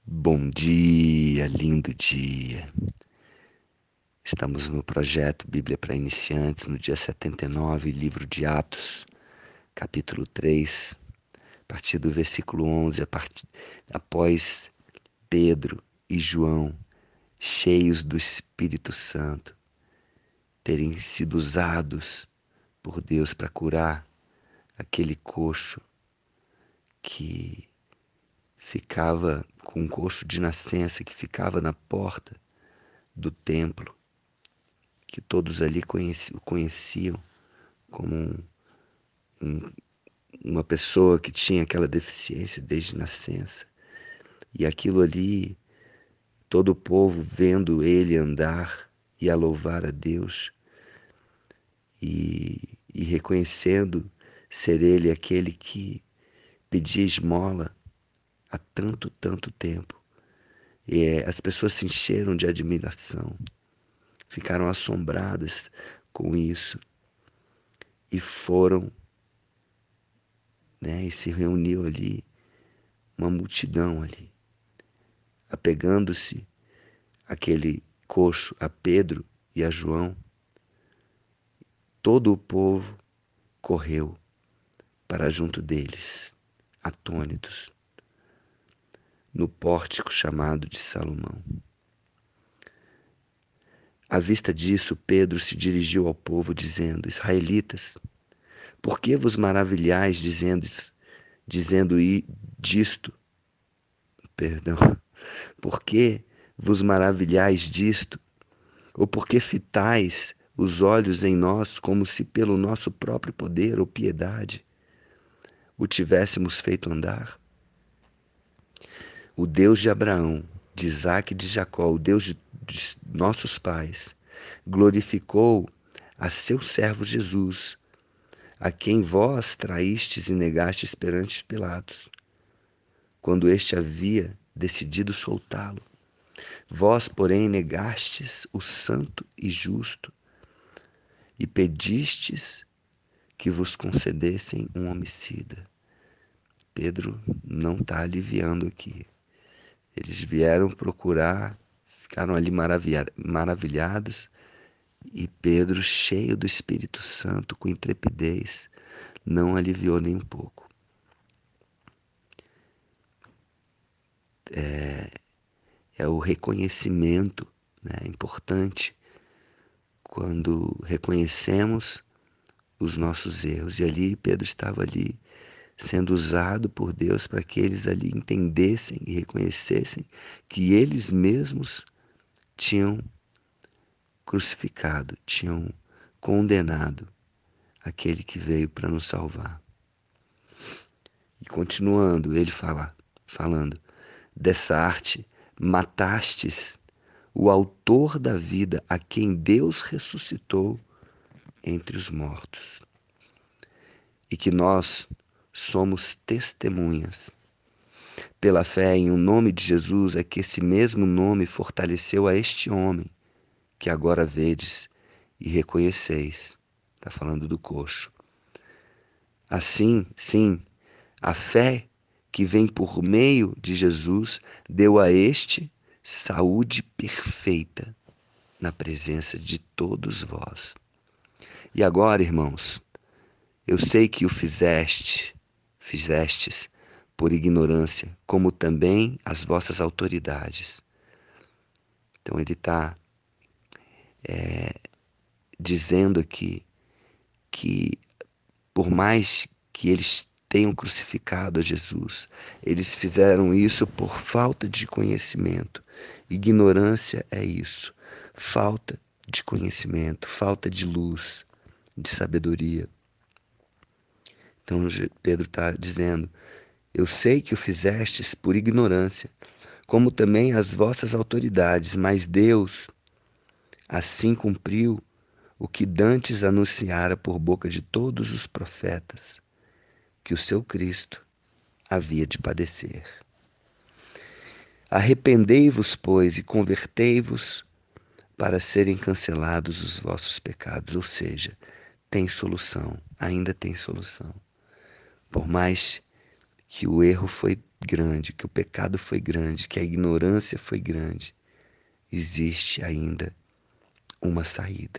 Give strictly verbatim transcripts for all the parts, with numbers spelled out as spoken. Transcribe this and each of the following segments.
Bom dia, lindo dia. Estamos no projeto Bíblia para Iniciantes, no dia setenta e nove, livro de Atos, capítulo três, a partir do versículo onze, a partir, após Pedro e João, cheios do Espírito Santo, terem sido usados por Deus para curar aquele coxo que ficava com um coxo de nascença que ficava na porta do templo, que todos ali conheci, o conheciam como um, um, uma pessoa que tinha aquela deficiência desde nascença. E aquilo ali, todo o povo vendo ele andar e a louvar a Deus e, e reconhecendo ser ele aquele que pedia esmola há tanto, tanto tempo. E é, as pessoas se encheram de admiração, ficaram assombradas com isso e foram, né, e se reuniu ali uma multidão ali, apegando-se aquele coxo a Pedro e a João. Todo o povo correu para junto deles, atônitos, no pórtico chamado de Salomão. À vista disso, Pedro se dirigiu ao povo, dizendo: Israelitas, por que vos maravilhais dizendo, dizendo disto? Perdão. Por que vos maravilhais disto? Ou por que fitais os olhos em nós como se pelo nosso próprio poder ou piedade o tivéssemos feito andar? O Deus de Abraão, de Isaque e de Jacó, o Deus de, de nossos pais, glorificou a seu servo Jesus, a quem vós traístes e negastes perante Pilatos, quando este havia decidido soltá-lo. Vós, porém, negastes o santo e justo e pedistes que vos concedessem um homicida. Pedro não está aliviando aqui. Eles vieram procurar, ficaram ali maravilhados, e Pedro, cheio do Espírito Santo, com intrepidez, não aliviou nem um pouco. É, é o reconhecimento, né, importante quando reconhecemos os nossos erros. E ali Pedro estava ali sendo usado por Deus para que eles ali entendessem e reconhecessem que eles mesmos tinham crucificado, tinham condenado aquele que veio para nos salvar. E continuando, ele fala, falando, dessa arte matastes o autor da vida, a quem Deus ressuscitou entre os mortos. E que nós somos testemunhas. Pela fé em o nome de Jesus é que esse mesmo nome fortaleceu a este homem que agora vedes e reconheceis. Está falando do coxo. Assim, sim, a fé que vem por meio de Jesus deu a este saúde perfeita na presença de todos vós. E agora, irmãos, eu sei que o fizeste, fizestes por ignorância, como também as vossas autoridades. Então ele está é, dizendo aqui que por mais que eles tenham crucificado a Jesus, eles fizeram isso por falta de conhecimento. Ignorância é isso, falta de conhecimento, falta de luz, de sabedoria. Então Pedro está dizendo, eu sei que o fizestes por ignorância, como também as vossas autoridades, mas Deus assim cumpriu o que dantes anunciara por boca de todos os profetas, que o seu Cristo havia de padecer. Arrependei-vos, pois, e convertei-vos para serem cancelados os vossos pecados. Ou seja, tem solução, ainda tem solução. Por mais que o erro foi grande, que o pecado foi grande, que a ignorância foi grande, existe ainda uma saída.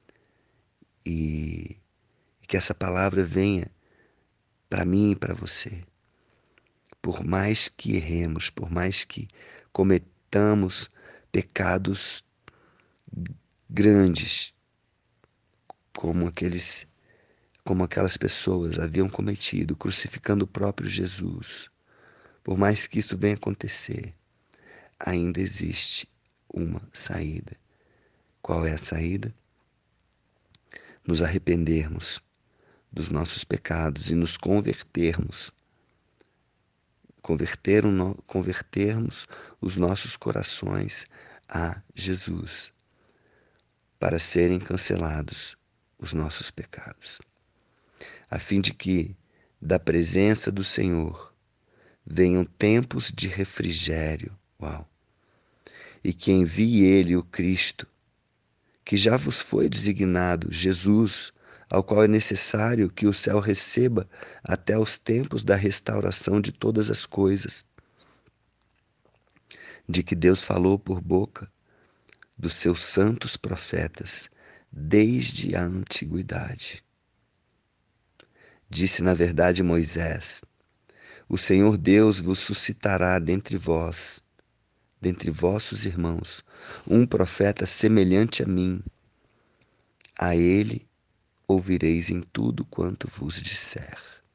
E, e que essa palavra venha para mim e para você. Por mais que erremos, por mais que cometamos pecados grandes, como aqueles, como aquelas pessoas haviam cometido, crucificando o próprio Jesus, por mais que isso venha acontecer, ainda existe uma saída. Qual é a saída? Nos arrependermos dos nossos pecados e nos convertermos. Converter o no... Convertermos os nossos corações a Jesus, para serem cancelados os nossos pecados, a fim de que, da presença do Senhor, venham tempos de refrigério. Uau! E que envie Ele, o Cristo, que já vos foi designado, Jesus, ao qual é necessário que o céu receba até os tempos da restauração de todas as coisas, de que Deus falou por boca dos seus santos profetas desde a antiguidade. Disse na verdade Moisés: o Senhor Deus vos suscitará dentre vós, dentre vossos irmãos, um profeta semelhante a mim. A ele ouvireis em tudo quanto vos disser.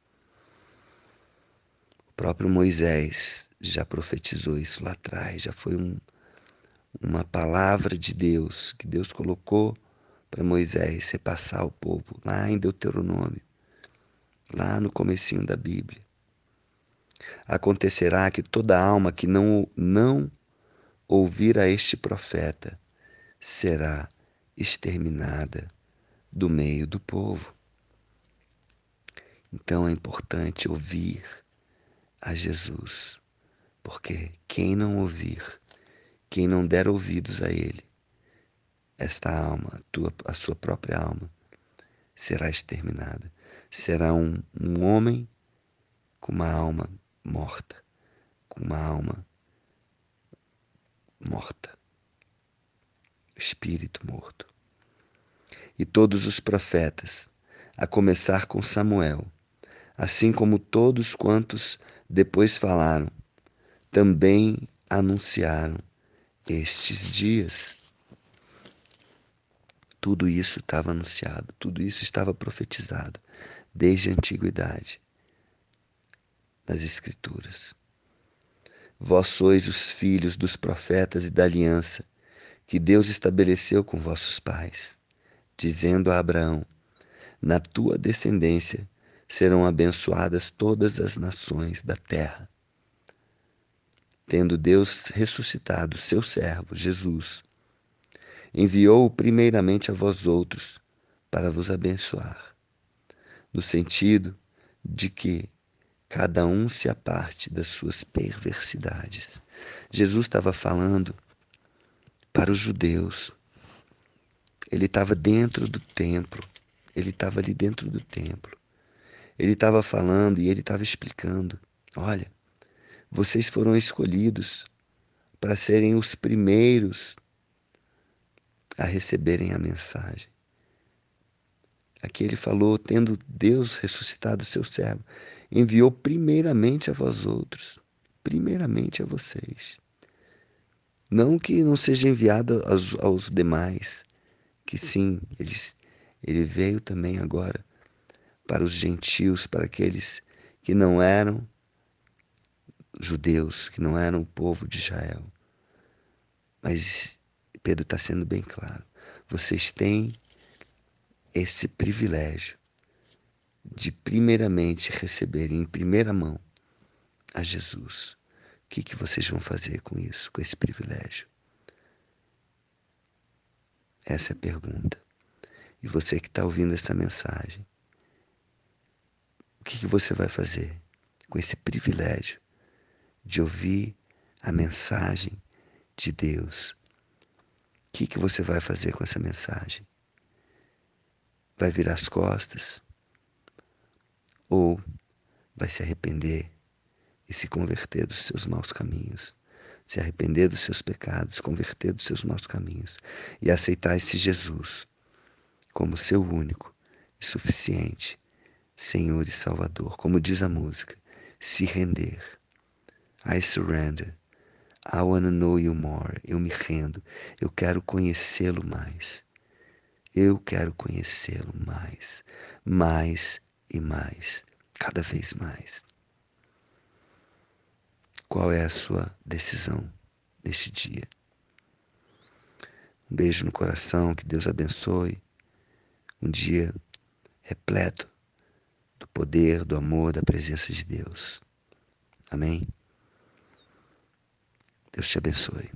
O próprio Moisés já profetizou isso lá atrás, já foi um, uma palavra de Deus, que Deus colocou para Moisés repassar ao povo, lá em Deuteronômio, lá no comecinho da Bíblia. Acontecerá que toda alma que não, não ouvir a este profeta será exterminada do meio do povo. Então é importante ouvir a Jesus, porque quem não ouvir, quem não der ouvidos a Ele, esta alma, a, tua, a sua própria alma, será exterminada. Será um, um homem com uma alma morta, com uma alma morta, espírito morto. E todos os profetas, a começar com Samuel, assim como todos quantos depois falaram, também anunciaram estes dias. Tudo isso estava anunciado, tudo isso estava profetizado desde a antiguidade, nas Escrituras. Vós sois os filhos dos profetas e da aliança que Deus estabeleceu com vossos pais, dizendo a Abraão: na tua descendência serão abençoadas todas as nações da terra. Tendo Deus ressuscitado seu servo, Jesus, enviou-o primeiramente a vós outros para vos abençoar, no sentido de que cada um se aparte das suas perversidades. Jesus estava falando para os judeus. Ele estava dentro do templo. Ele estava ali dentro do templo. Ele estava falando e ele estava explicando. Olha, vocês foram escolhidos para serem os primeiros a receberem a mensagem. Aqui ele falou, tendo Deus ressuscitado o seu servo, enviou primeiramente a vós outros, primeiramente a vocês. Não que não seja enviado aos, aos demais, que sim, eles, ele veio também agora para os gentios, para aqueles que não eram judeus, que não eram o povo de Israel. Mas Pedro está sendo bem claro. Vocês têm esse privilégio de primeiramente receberem em primeira mão a Jesus. O que, que vocês vão fazer com isso, com esse privilégio? Essa é a pergunta. E você que está ouvindo essa mensagem, o que, que você vai fazer com esse privilégio de ouvir a mensagem de Deus? O que, que você vai fazer com essa mensagem? Vai virar as costas? Ou vai se arrepender e se converter dos seus maus caminhos, se arrepender dos seus pecados, converter dos seus maus caminhos e aceitar esse Jesus como seu único e suficiente Senhor e Salvador, como diz a música, se render. I surrender. I wanna know you more. Eu me rendo. Eu quero conhecê-lo mais. Eu quero conhecê-lo mais, mais e mais, cada vez mais. Qual é a sua decisão neste dia? Um beijo no coração, que Deus abençoe. Um dia repleto do poder, do amor, da presença de Deus. Amém? Deus te abençoe.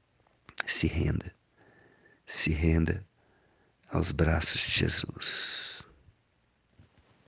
Se renda, se renda aos braços de Jesus.